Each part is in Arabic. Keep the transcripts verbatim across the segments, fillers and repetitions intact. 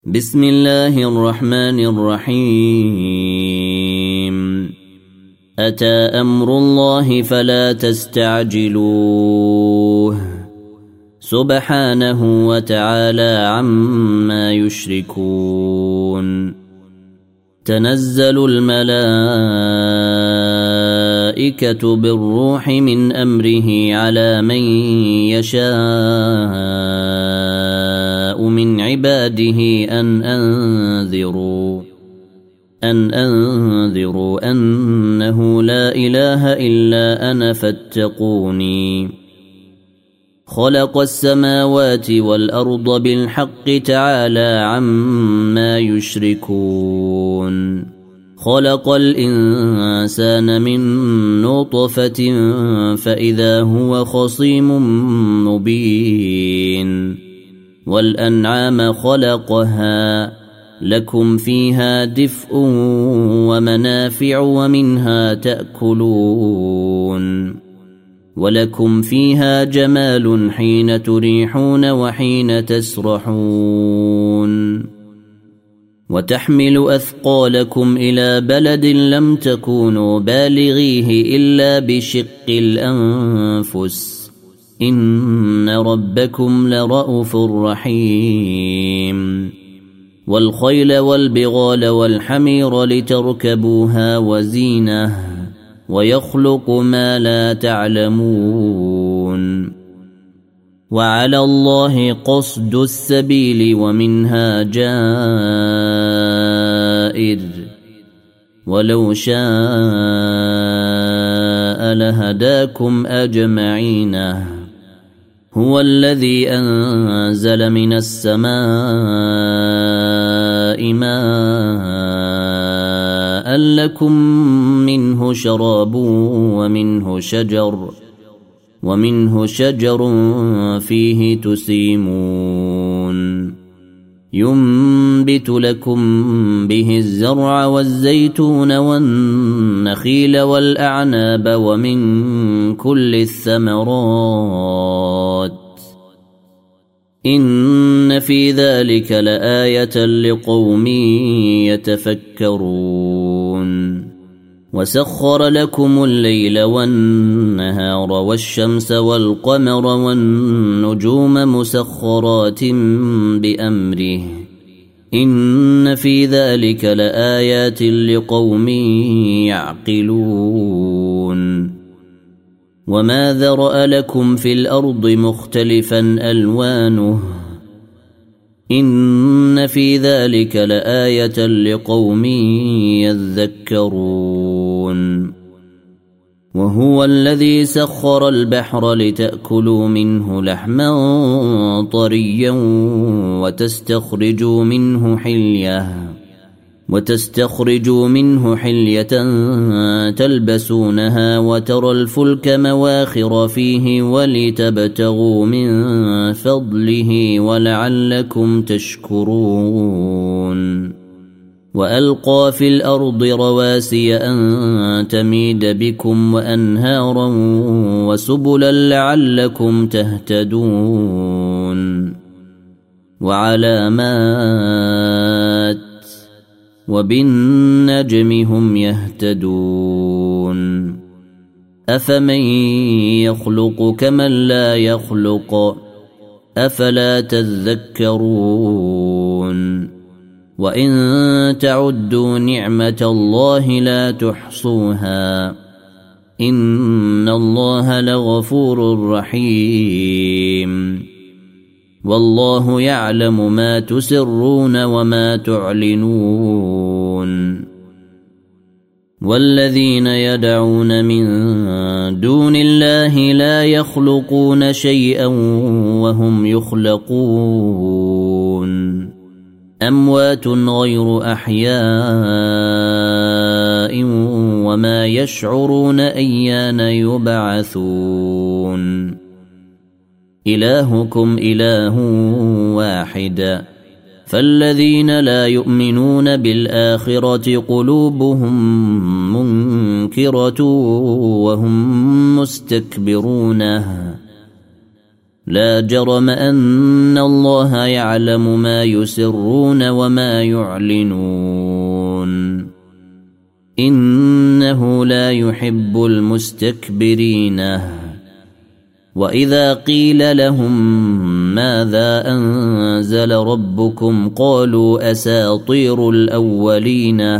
بسم الله الرحمن الرحيم أتى أمر الله فلا تستعجلوه سبحانه وتعالى عما يشركون تنزل الملائكة بالروح من أمره على من يشاء من عباده أن أنذروا أن أنذروا أنه لا إله إلا أنا فاتقوني خلق السماوات والأرض بالحق تعالى عما يشركون خلق الإنسان من نطفة فإذا هو خصيم مبين والأنعام خلقها لكم فيها دفء ومنافع ومنها تأكلون ولكم فيها جمال حين تريحون وحين تسرحون وتحمل أثقالكم إلى بلد لم تكونوا بالغيه إلا بشق الأنفس إن ربكم لرءوف رحيم والخيل والبغال والحمير لتركبوها وزينة ويخلق ما لا تعلمون وعلى الله قصد السبيل ومنها جائر ولو شاء لهداكم أجمعين هو الذي أنزل من السماء ماء لكم منه شراب ومنه شجر ومنه شجر فيه تسيمون ينبت لكم به الزرع والزيتون والنخيل والأعناب ومن كل الثمرات إن في ذلك لآية لقوم يتفكرون وسخر لكم الليل والنهار والشمس والقمر والنجوم مسخرات بأمره إن في ذلك لآيات لقوم يعقلون وما ذرأ لكم في الأرض مختلفا ألوانه إن في ذلك لآية لقوم يذكرون وهو الذي سخر البحر لتأكلوا منه لحما طريا وتستخرجوا منه حلية وتستخرجوا منه حلية تلبسونها وترى الفلك مواخر فيه ولتبتغوا من فضله ولعلكم تشكرون وألقى في الأرض رواسي أن تميد بكم وأنهارا وسبلا لعلكم تهتدون وعلامات وبالنجم هم يهتدون أفمن يخلق كمن لا يخلق أفلا تذكرون وإن تعدوا نعمة الله لا تحصوها إن الله لغفور رحيم والله يعلم ما تسرون وما تعلنون والذين يدعون من دون الله لا يخلقون شيئا وهم يخلقون أموات غير أحياء وما يشعرون أيان يبعثون إلهكم إله واحد فالذين لا يؤمنون بالآخرة قلوبهم منكرة وهم مستكبرون لا جرم أن الله يعلم ما يسرون وما يعلنون إنه لا يحب المستكبرين. وإذا قيل لهم ماذا أنزل ربكم قالوا أساطير الأولين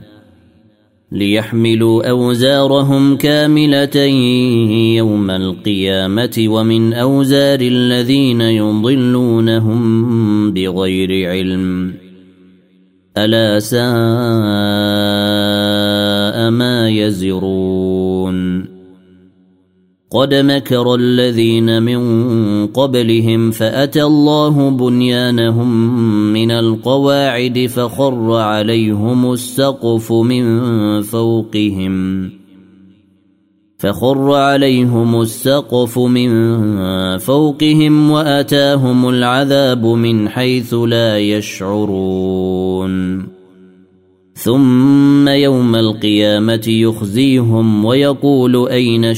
ليحملوا أوزارهم كاملة يوم القيامة ومن أوزار الذين يضلونهم بغير علم ألا ساء ما يزرون. قد مكر الذين من قبلهم فأتى الله بنيانهم من القواعد فخر عليهم السقف من فوقهم فخر عليهم السقف من فوقهم وأتاهم العذاب من حيث لا يشعرون. ثم يوم القيامة يخزيهم ويقول أين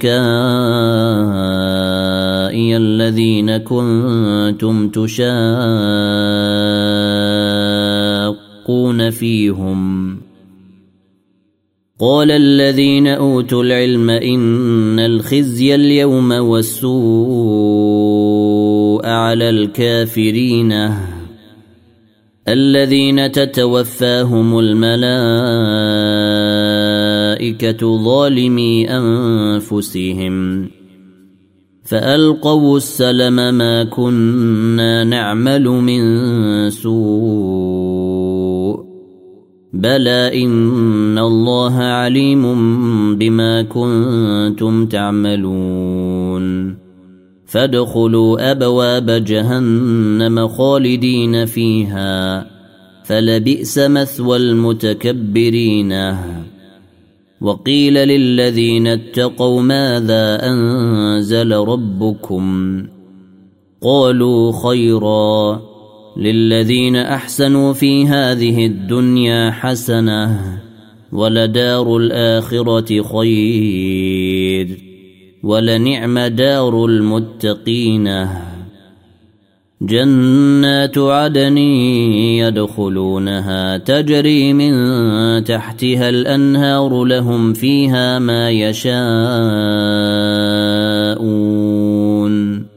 شركائي الذين كنتم تشاقون فيهم قال الذين أوتوا العلم إن الخزي اليوم والسوء على الكافرين الذين تتوفاهم الملائكة ظالمي أنفسهم فألقوا السلم ما كنا نعمل من سوء بلى إن الله عليم بما كنتم تعملون فادخلوا أبواب جهنم خالدين فيها فلبئس مثوى المتكبرين. وقيل للذين اتقوا ماذا أنزل ربكم قالوا خيرا للذين أحسنوا في هذه الدنيا حسنة ولدار الآخرة خير ولنعم دار المتقين. جنات عدن يدخلونها تجري من تحتها الأنهار لهم فيها ما يشاءون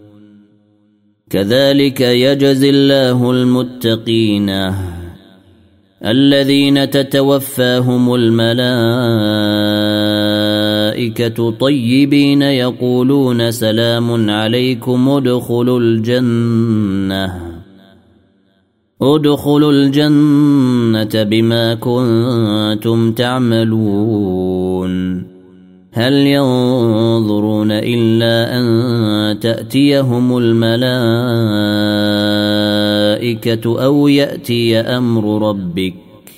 كذلك يجزي الله المتقين الذين تتوفاهم الملائكة طيبين يقولون سلام عليكم ادخلوا الجنة ادخلوا الجنة بما كنتم تعملون. هل ينظرون إلا أن تأتيهم الملائكة أو يأتي أمر ربك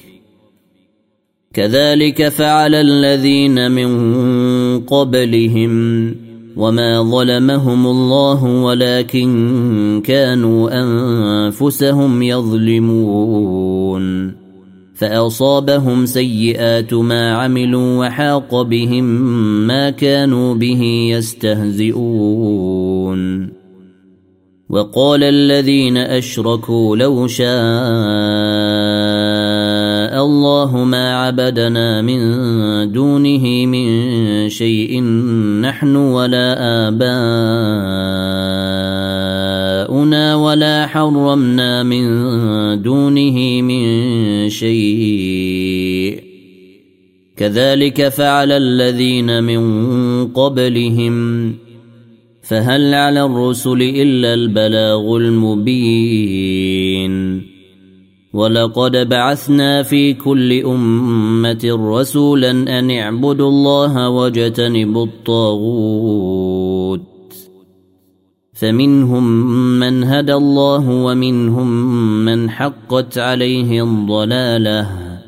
كذلك فعل الذين من قبلهم وما ظلمهم الله ولكن كانوا أنفسهم يظلمون فأصابهم سيئات ما عملوا وحاق بهم ما كانوا به يستهزئون. وقال الذين أشركوا لو شاء الله ما عبدنا من دونه من شيء نحن ولا آباؤنا ولا حرمنا من دونه من شيء كذلك فعل الذين من قبلهم فهل على الرسل إلا البلاغ المبين. ولقد بعثنا في كل أمة رسولا أن اعبدوا الله واجتنبوا الطاغوت فمنهم من هدى الله ومنهم من حقت عليه الضلالة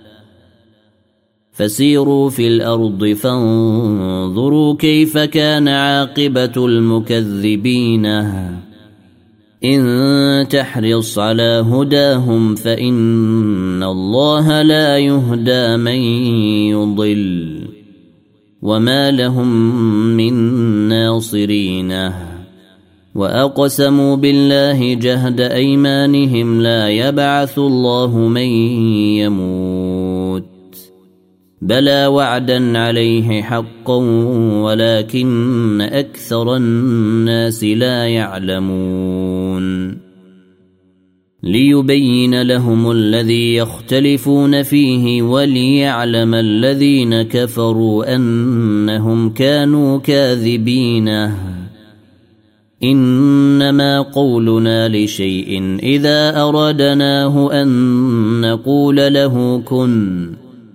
فسيروا في الأرض فانظروا كيف كان عاقبة المكذبين. إن تحرص على هداهم فإن الله لا يهدى من يضل وما لهم من ناصرين. وأقسموا بالله جهد أيمانهم لا يبعث الله من يموت بلى وعدا عليه حقا ولكن أكثر الناس لا يعلمون ليبين لهم الذي يختلفون فيه وليعلم الذين كفروا أنهم كانوا كاذبين إنما قولنا لشيء إذا أردناه أن نقول له كن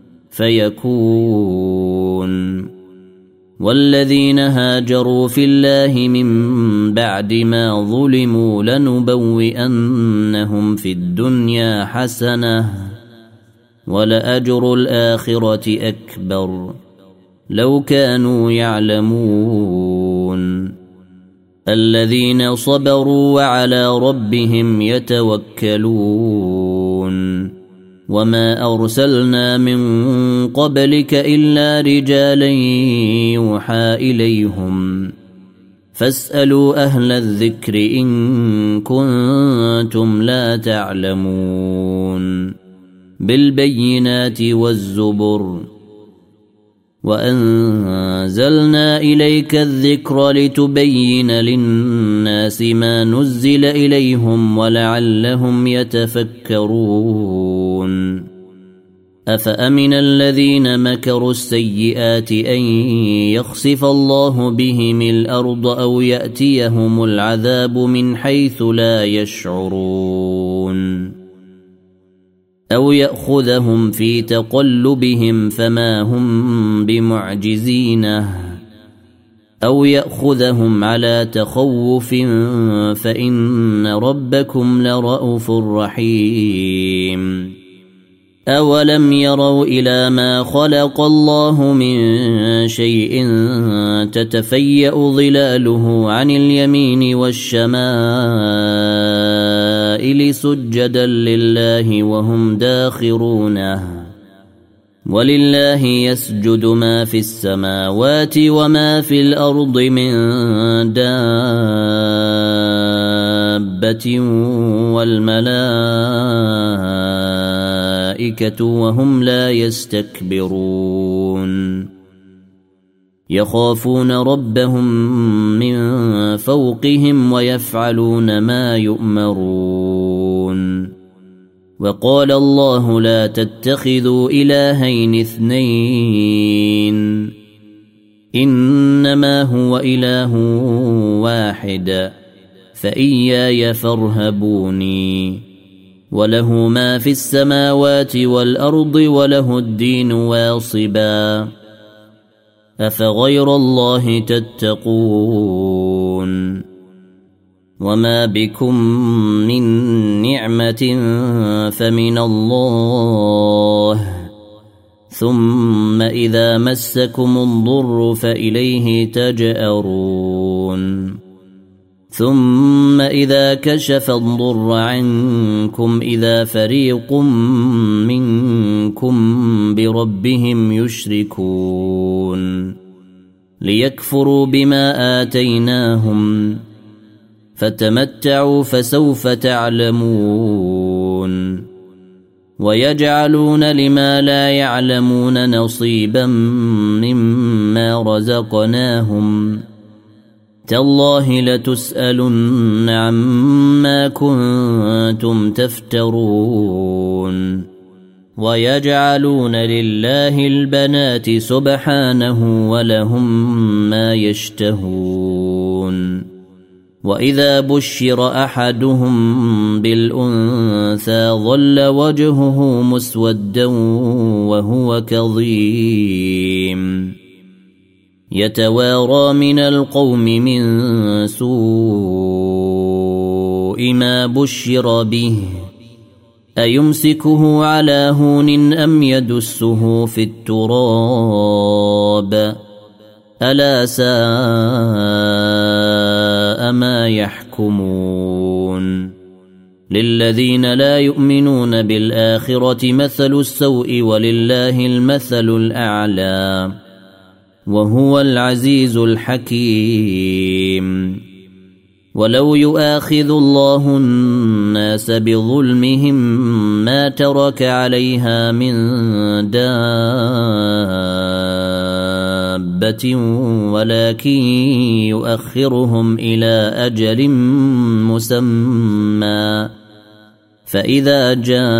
فيكون والذين هاجروا في الله من بعد ما ظلموا لنبوئنهم في الدنيا حسنة ولأجر الآخرة أكبر لو كانوا يعلمون الذين صبروا وعلى ربهم يتوكلون وما أرسلنا من قبلك إلا رجالا يوحى إليهم فاسألوا أهل الذكر إن كنتم لا تعلمون بالبينات والزبر وأنزلنا إليك الذكر لتبين للناس ما نزل إليهم ولعلهم يتفكرون أفأمن الذين مكروا السيئات أن يخسف الله بهم الأرض أو يأتيهم العذاب من حيث لا يشعرون أو يأخذهم في تقلبهم فما هم بمعجزين أو يأخذهم على تخوف فإن ربكم لرءوف رحيم أولم يروا إلى ما خلق الله من شيء تتفيأ ظلاله عن اليمين والشمائل سجدا لله وهم داخرونه ولله يسجد ما في السماوات وما في الأرض من دابة والملائكة وهم لا يستكبرون يخافون ربهم من فوقهم ويفعلون ما يؤمرون وقال الله لا تتخذوا إلهين اثنين إنما هو إله واحد فإياي فارهبوني وله ما في السماوات والأرض وله الدين واصبا أفغير الله تتقون وما بكم من نعمة فمن الله ثم إذا مسكم الضر فإليه تجأرون ثم إذا كشف الضر عنكم إذا فريق منكم بربهم يشركون ليكفروا بما آتيناهم فتمتعوا فسوف تعلمون ويجعلون لما لا يعلمون نصيبا مما رزقناهم تالله لتسألن عما كنتم تفترون ويجعلون لله البنات سبحانه ولهم ما يشتهون وإذا بشر أحدهم بالأنثى ظل وجهه مسودا وهو كظيم يتوارى من القوم من سوء ما بشر به أيمسكه على هون أم يدسه في التراب ألا ساء ما يحكمون للذين لا يؤمنون بالآخرة مثل السوء ولله المثل الأعلى وهو العزيز الحكيم ولو يؤاخذ الله الناس بظلمهم ما ترك عليها من دابة ولكن يؤخرهم إلى أجل مسمى فإذا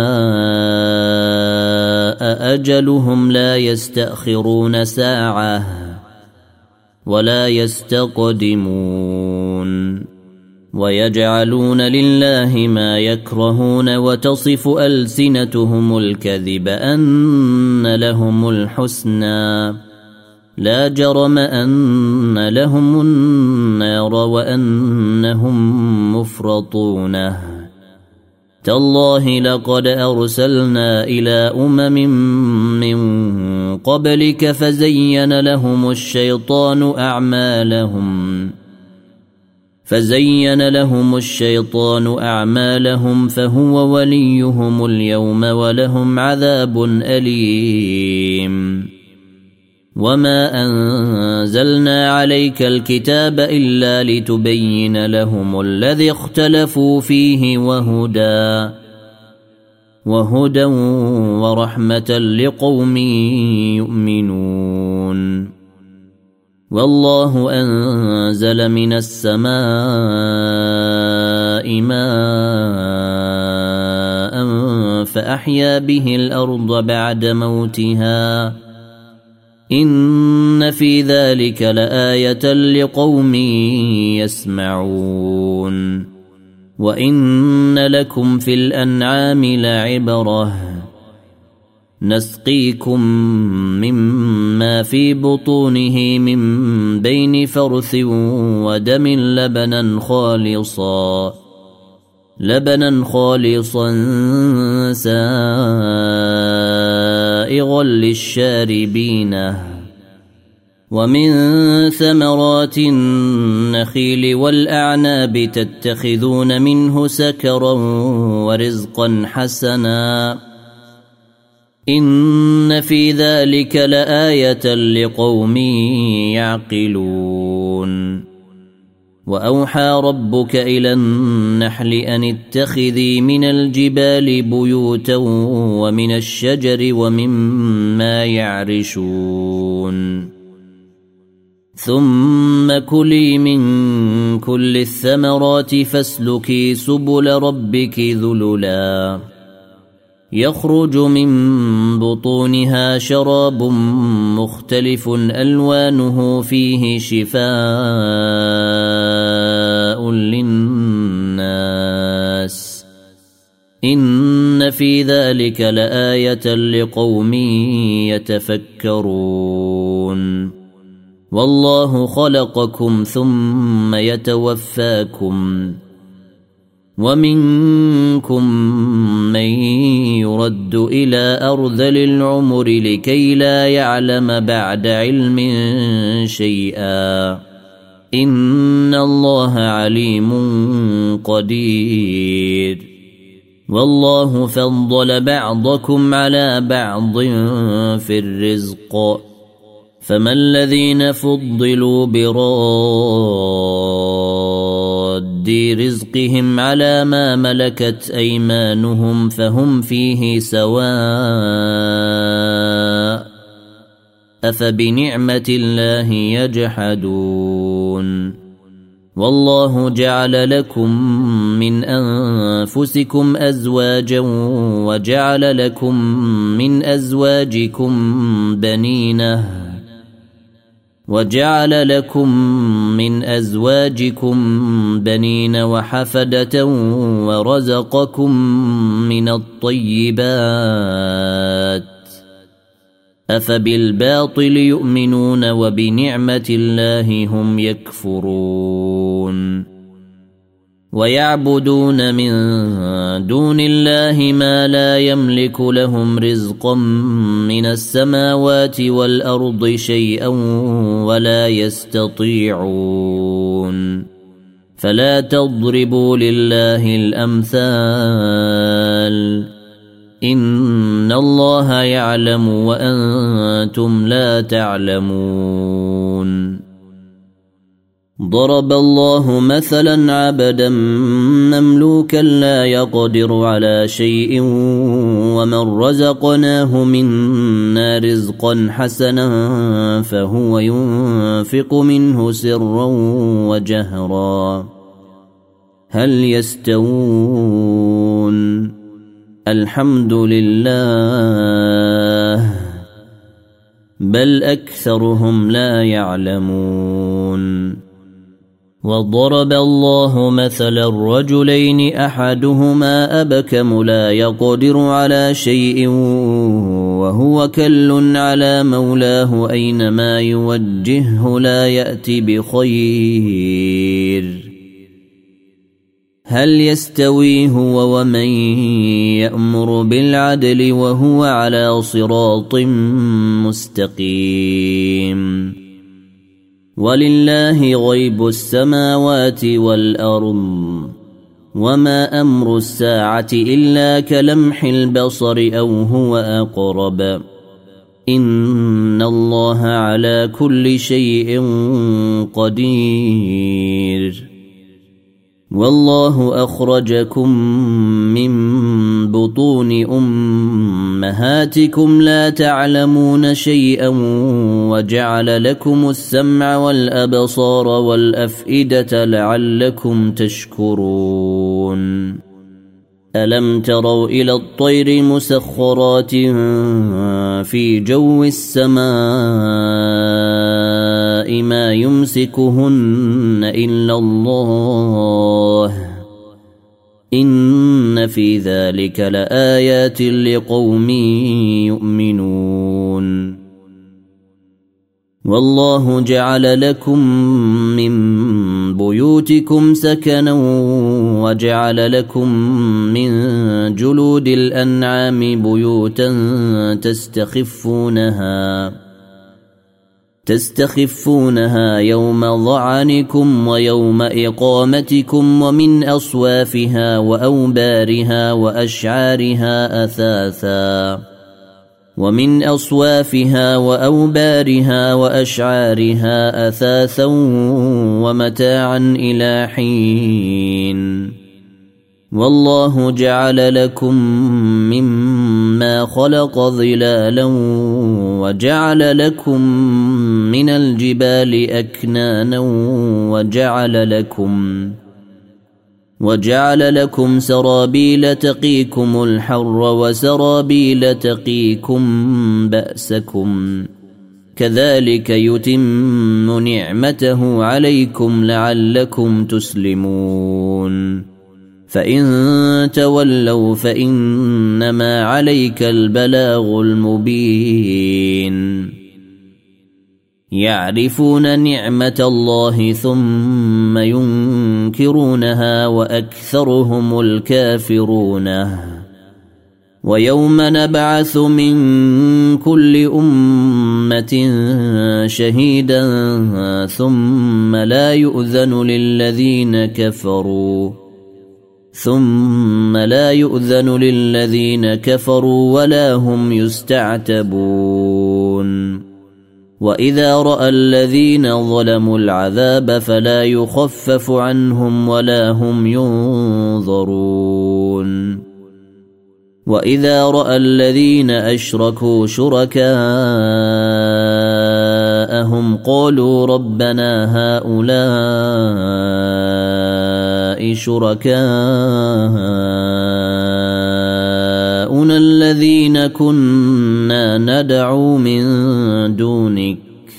جاء أجلهم لا يستأخرون ساعة ولا يستقدمون ويجعلون لله ما يكرهون وتصف ألسنتهم الكذب أن لهم الحسنى لا جرم أن لهم النار وأنهم مفرطونه تالله لقد أرسلنا إلى أمم من قبلك فزين لهم الشيطان أعمالهم فزين لهم الشيطان أعمالهم فهو وليهم اليوم ولهم عذاب أليم وما أنزلنا عليك الكتاب إلا لتبين لهم الذي اختلفوا فيه وهدى وهدى ورحمة لقوم يؤمنون والله أنزل من السماء ماء فأحيا به الأرض بعد موتها إن في ذلك لآية لقوم يسمعون وإن لكم في الأنعام لعبرة نسقيكم مما في بطونه من بين فرث ودم لبنا خالصا لبنا خالصا سائغا للشاربين ومن ثمرات النخيل والأعناب تتخذون منه سكرا ورزقا حسنا إن في ذلك لآية لقوم يعقلون وأوحى ربك إلى النحل أن اتخذي من الجبال بيوتا ومن الشجر ومما يعرشون ثم كلي من كل الثمرات فاسلكي سبل ربك ذللا يخرج من بطونها شراب مختلف ألوانه فيه شفاء للناس إن في ذلك لآية لقوم يتفكرون والله خلقكم ثم يتوفاكم ومنكم من يرد إلى أرذل العمر لكي لا يعلم بعد علم شيئا إن الله عليم قدير والله فضل بعضكم على بعض في الرزق فما الذين فضلوا براد رزقهم على ما ملكت أيمانهم فهم فيه سواء أفبنعمة الله يجحدون والله جعل لكم من أنفسكم أزواجا وجعل لكم من أزواجكم بنينه وجعل لكم من أزواجكم بنين وحفدة ورزقكم من الطيبات أفبالباطل يؤمنون وبنعمة الله هم يكفرون ويعبدون من دون الله ما لا يملك لهم رزقا من السماوات والأرض شيئا ولا يستطيعون فلا تضربوا لله الأمثال إن الله يعلم وأنتم لا تعلمون ضرب الله مثلا عبدا مملوكا لا يقدر على شيء ومن رزقناه منا رزقا حسنا فهو ينفق منه سرا وجهرا هل يستوون الحمد لله بل أكثرهم لا يعلمون وضرب الله مثلا الرجلين أحدهما أبكم لا يقدر على شيء وهو كل على مولاه أينما يوجهه لا يأتي بخير هل يستوي هو ومن يأمر بالعدل وهو على صراط مستقيم ولله غيب السماوات والأرض وما أمر الساعة إلا كلمح البصر أو هو أقرب إن الله على كل شيء قدير والله أخرجكم من بطون أمهاتكم لا تعلمون شيئا وجعل لكم السمع والأبصار والأفئدة لعلكم تشكرون ألم تروا إلى الطير مسخرات في جو السماء ما يمسكهن إلا الله إن في ذلك لآيات لقوم يؤمنون والله جعل لكم من بيوتكم سكنا وجعل لكم من جلود الأنعام بيوتا تستخفونها تستخفونها يوم ظعنكم ويوم إقامتكم ومن أصوافها وأوبارها وأشعارها أثاثا ومن أصوافها وأوبارها وأشعارها أثاثا ومتاعا إلى حين والله جعل لكم مما خلق ظلالا وجعل لكم من الجبال أكنانا وجعل لكم وجعل لكم سرابيل تقيكم الحر وسرابيل تقيكم بأسكم كذلك يتم نعمته عليكم لعلكم تسلمون فإن تولوا فإنما عليك البلاغ المبين يعرفون نعمة الله ثم ينكرونها وأكثرهم الكافرون ويوم نبعث من كل أمة شهيدا ثم لا يؤذن للذين كفروا ثم لا يؤذن للذين كفروا ولا هم يستعتبون وإذا رأى الذين ظلموا العذاب فلا يخفف عنهم ولا هم ينظرون وإذا رأى الذين أشركوا شركاءهم قالوا ربنا هؤلاء شركاؤنا الذين كنا ندعو من دونك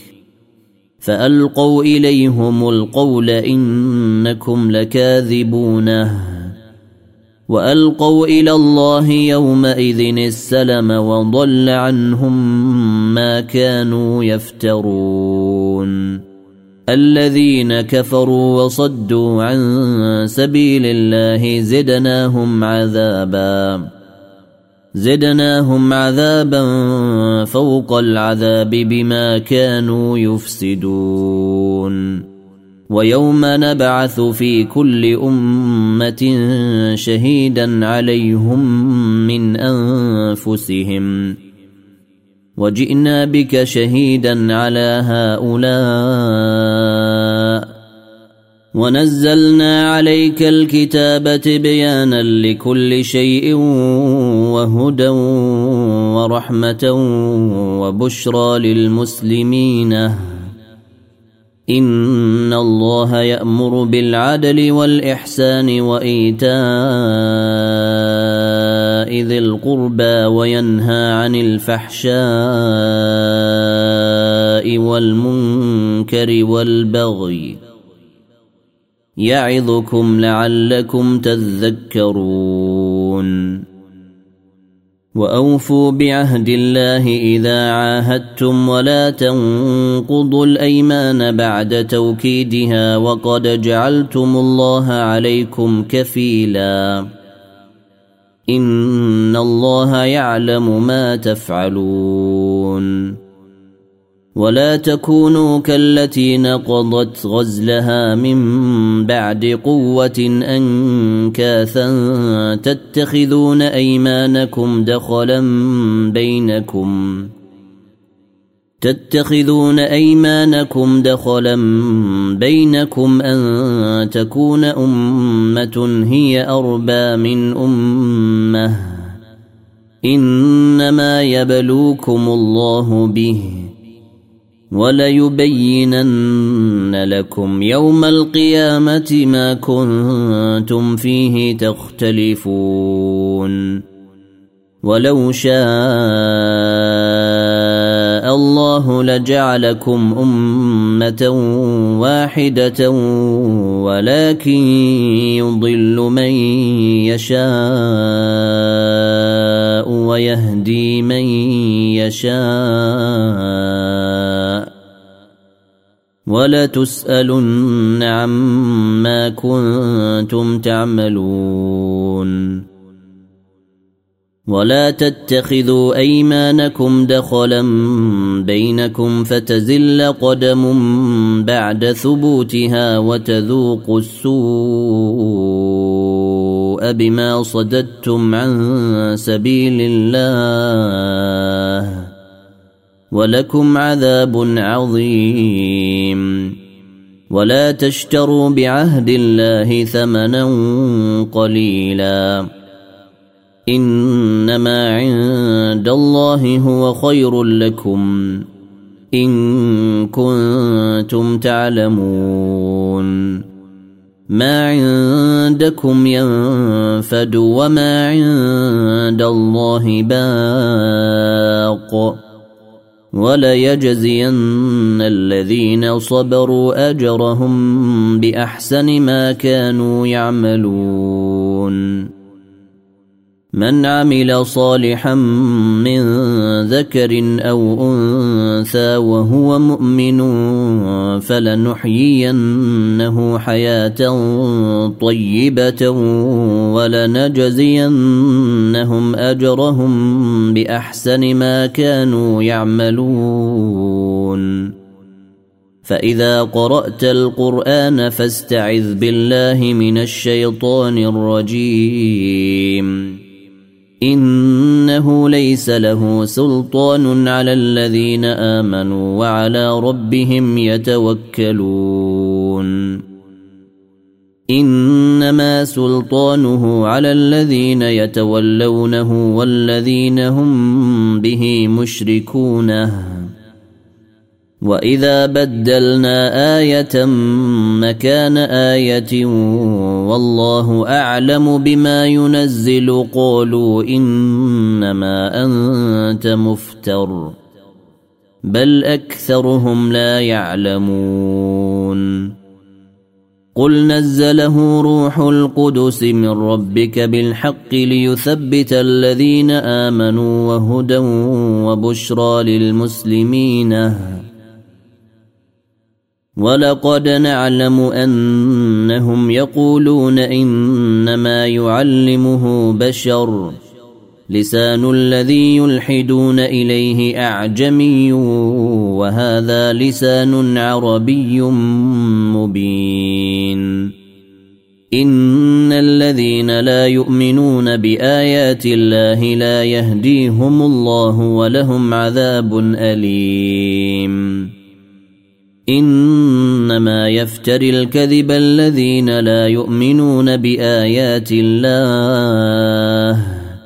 فألقوا إليهم القول إنكم لكاذبونه وألقوا إلى الله يومئذ السلم وضل عنهم ما كانوا يفترون الذين كفروا وصدوا عن سبيل الله زدناهم عذابا زدناهم عذابا فوق العذاب بما كانوا يفسدون ويوم نبعث في كل أمة شهيدا عليهم من أنفسهم وجئنا بك شهيدا على هؤلاء ونزلنا عليك الكتاب تبيانا لكل شيء وهدى ورحمة وبشرى للمسلمين إن الله يأمر بالعدل والإحسان وإيتاء ذي القربى وينهى عن الفحشاء والمنكر والبغي يعظكم لعلكم تذكرون وأوفوا بعهد الله إذا عاهدتم ولا تنقضوا الأيمان بعد توكيدها وقد جعلتم الله عليكم كفيلا إن الله يعلم ما تفعلون ولا تكونوا كالتي نقضت غزلها من بعد قوة أنكاثا تتخذون أيمانكم دخلا بينكم تتخذون أيمانكم دخلا بينكم أن تكون أمة هي أربى من أمة إنما يبلوكم الله به وليبينن لكم يوم القيامة ما كنتم فيه تختلفون ولو شاء الله لجعلكم أمة واحدة ولكن يضل من يشاء ويهدي من يشاء ولتسألن عما كنتم تعملون ولا تتخذوا أيمانكم دخلا بينكم فتزل قدم بعد ثبوتها وتذوقوا السوء بما صددتم عن سبيل الله ولكم عذاب عظيم ولا تشتروا بعهد الله ثمنا قليلا إنما عند الله هو خير لكم إن كنتم تعلمون ما عندكم ينفد وما عند الله باق وليجزين الذين صبروا أجرهم بأحسن ما كانوا يعملون من عمل صالحا من ذكر أو أنثى وهو مؤمن فلنحيينه حياة طيبة ولنجزينهم أجرهم بأحسن ما كانوا يعملون فإذا قرأت القرآن فاستعذ بالله من الشيطان الرجيم إنه ليس له سلطان على الذين آمنوا وعلى ربهم يتوكلون إنما سلطانه على الذين يتولونه والذين هم به مشركون وإذا بدلنا آية مكان آية والله أعلم بما ينزل قالوا إنما أنت مفتر بل أكثرهم لا يعلمون قل نزله روح القدس من ربك بالحق ليثبت الذين آمنوا وهدى وبشرى للمسلمين ولقد نعلم أنهم يقولون إنما يعلمه بشر لسان الذي يلحدون إليه أعجمي وهذا لسان عربي مبين إن الذين لا يؤمنون بآيات الله لا يهديهم الله ولهم عذاب أليم إنما يفتري الكذب الذين لا يؤمنون بآيات الله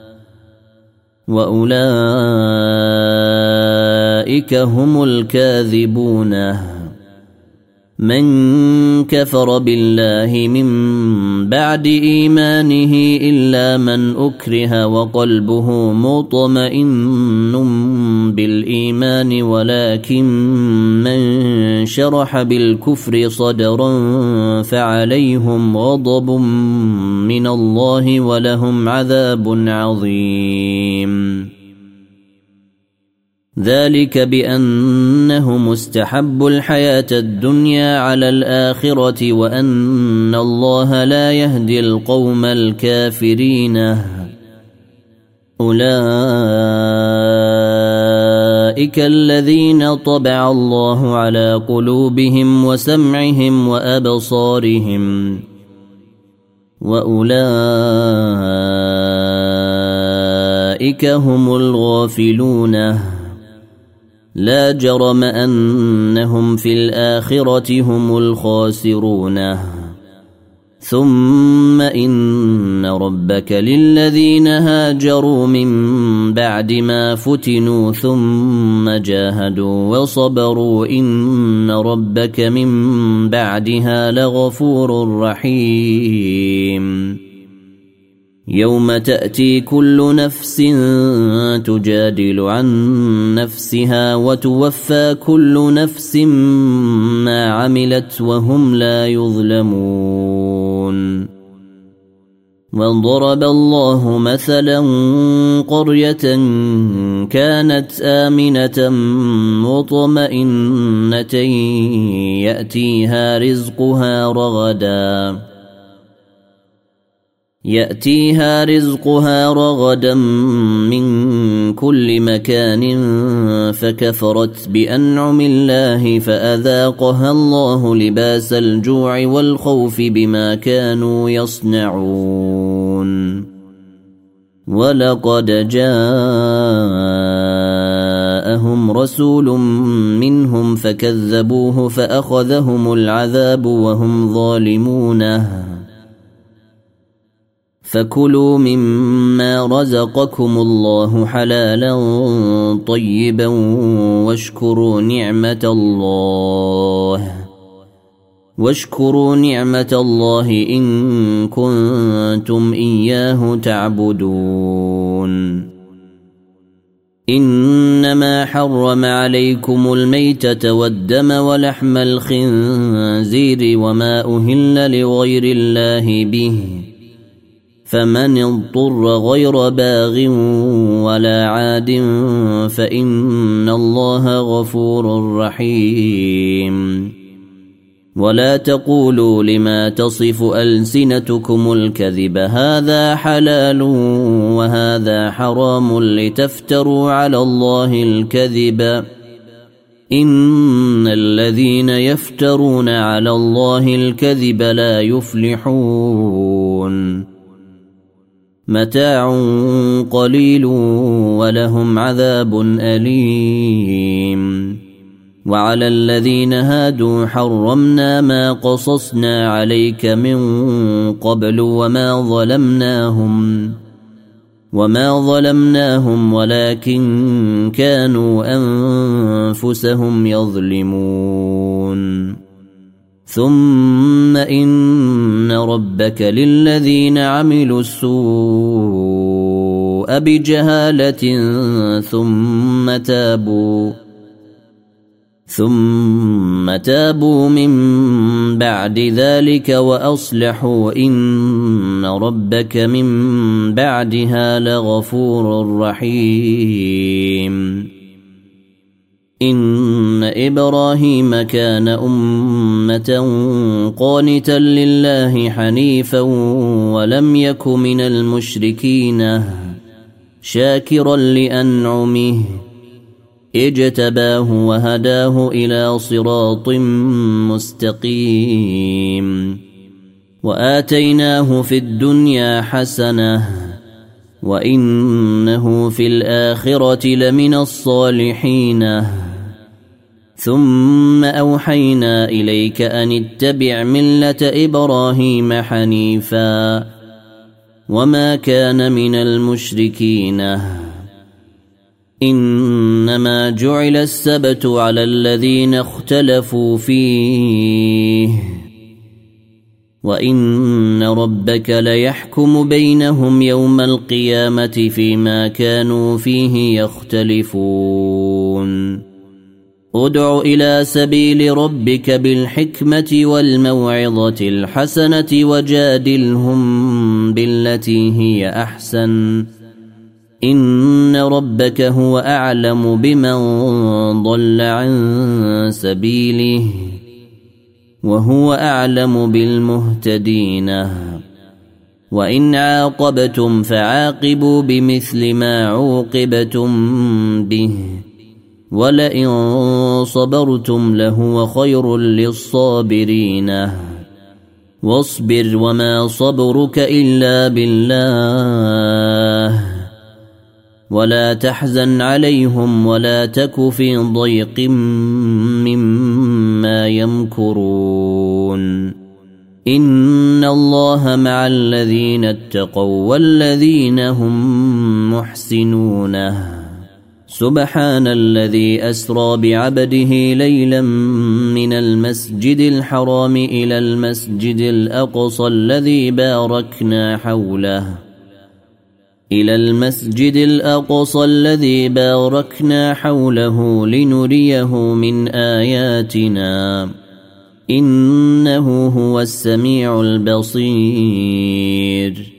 وأولئك هم الكاذبون. من كفر بالله من بعد إيمانه إلا من أكره وقلبه مطمئن بالإيمان ولكن من شرح بالكفر صدرا فعليهم غضب من الله ولهم عذاب عظيم. ذلك بأنهم استحبوا الحياة الدنيا على الآخرة وأن الله لا يهدي القوم الكافرين. أولئك الذين طبع الله على قلوبهم وسمعهم وأبصارهم وأولئك هم الغافلون. لا جرم أنهم في الآخرة هم الخاسرون. ثم إن ربك للذين هاجروا من بعد ما فتنوا ثم جاهدوا وصبروا إن ربك من بعدها لغفور رحيم. يوم تأتي كل نفس تجادل عن نفسها وتوفى كل نفس ما عملت وهم لا يظلمون. وضرب الله مثلا قرية كانت آمنة مطمئنة يأتيها رزقها رغدا يأتيها رزقها رغدا من كل مكان فكفرت بأنعم الله فأذاقها الله لباس الجوع والخوف بما كانوا يصنعون. ولقد جاءهم رسول منهم فكذبوه فأخذهم العذاب وهم ظالمون. فكلوا مما رزقكم الله حلالا طيبا واشكروا نعمة الله واشكروا نعمة الله إن كنتم إياه تعبدون. إنما حرم عليكم الميتة والدم ولحم الخنزير وما أهل لغير الله به فمن اضطر غير باغ ولا عاد فإن الله غفور رحيم. ولا تقولوا لما تصف ألسنتكم الكذب هذا حلال وهذا حرام لتفتروا على الله الكذب إن الذين يفترون على الله الكذب لا يفلحون. متاع قليل ولهم عذاب أليم. وعلى الذين هادوا حرمنا ما قصصنا عليك من قبل وما ظلمناهم وما ظلمناهم ولكن كانوا أنفسهم يظلمون. ثم إن ربك للذين عملوا السوء بجهالة ثم تابوا ثم تابوا من بعد ذلك وأصلحوا إن ربك من بعدها لغفور رحيم. إن إبراهيم كان أمة قانتا لله حنيفا ولم يك من المشركين شاكرا لأنعمه اجتباه وهداه إلى صراط مستقيم. وآتيناه في الدنيا حسنة وإنه في الآخرة لمن الصالحين. ثم أوحينا إليك أن اتبع ملة إبراهيم حنيفا وما كان من المشركين إنما جعل السبت على الذين اختلفوا فيه وإن ربك ليحكم بينهم يوم القيامة فيما كانوا فيه يختلفون ادع إلى سبيل ربك بالحكمة والموعظة الحسنة وجادلهم بالتي هي أحسن إن ربك هو أعلم بمن ضل عن سبيله وهو أعلم بالمهتدين وإن عاقبتم فعاقبوا بمثل ما عوقبتم به ولئن صبرتم لهو خير للصابرين واصبر وما صبرك إلا بالله ولا تحزن عليهم ولا تك في ضيق مما يمكرون إن الله مع الذين اتقوا والذين هم محسنون سبحان الذي أسرى بعبده ليلا من المسجد الحرام إلى المسجد الأقصى الذي باركنا حوله إلى المسجد الأقصى الذي باركنا حوله لنريه من آياتنا إنه هو السميع البصير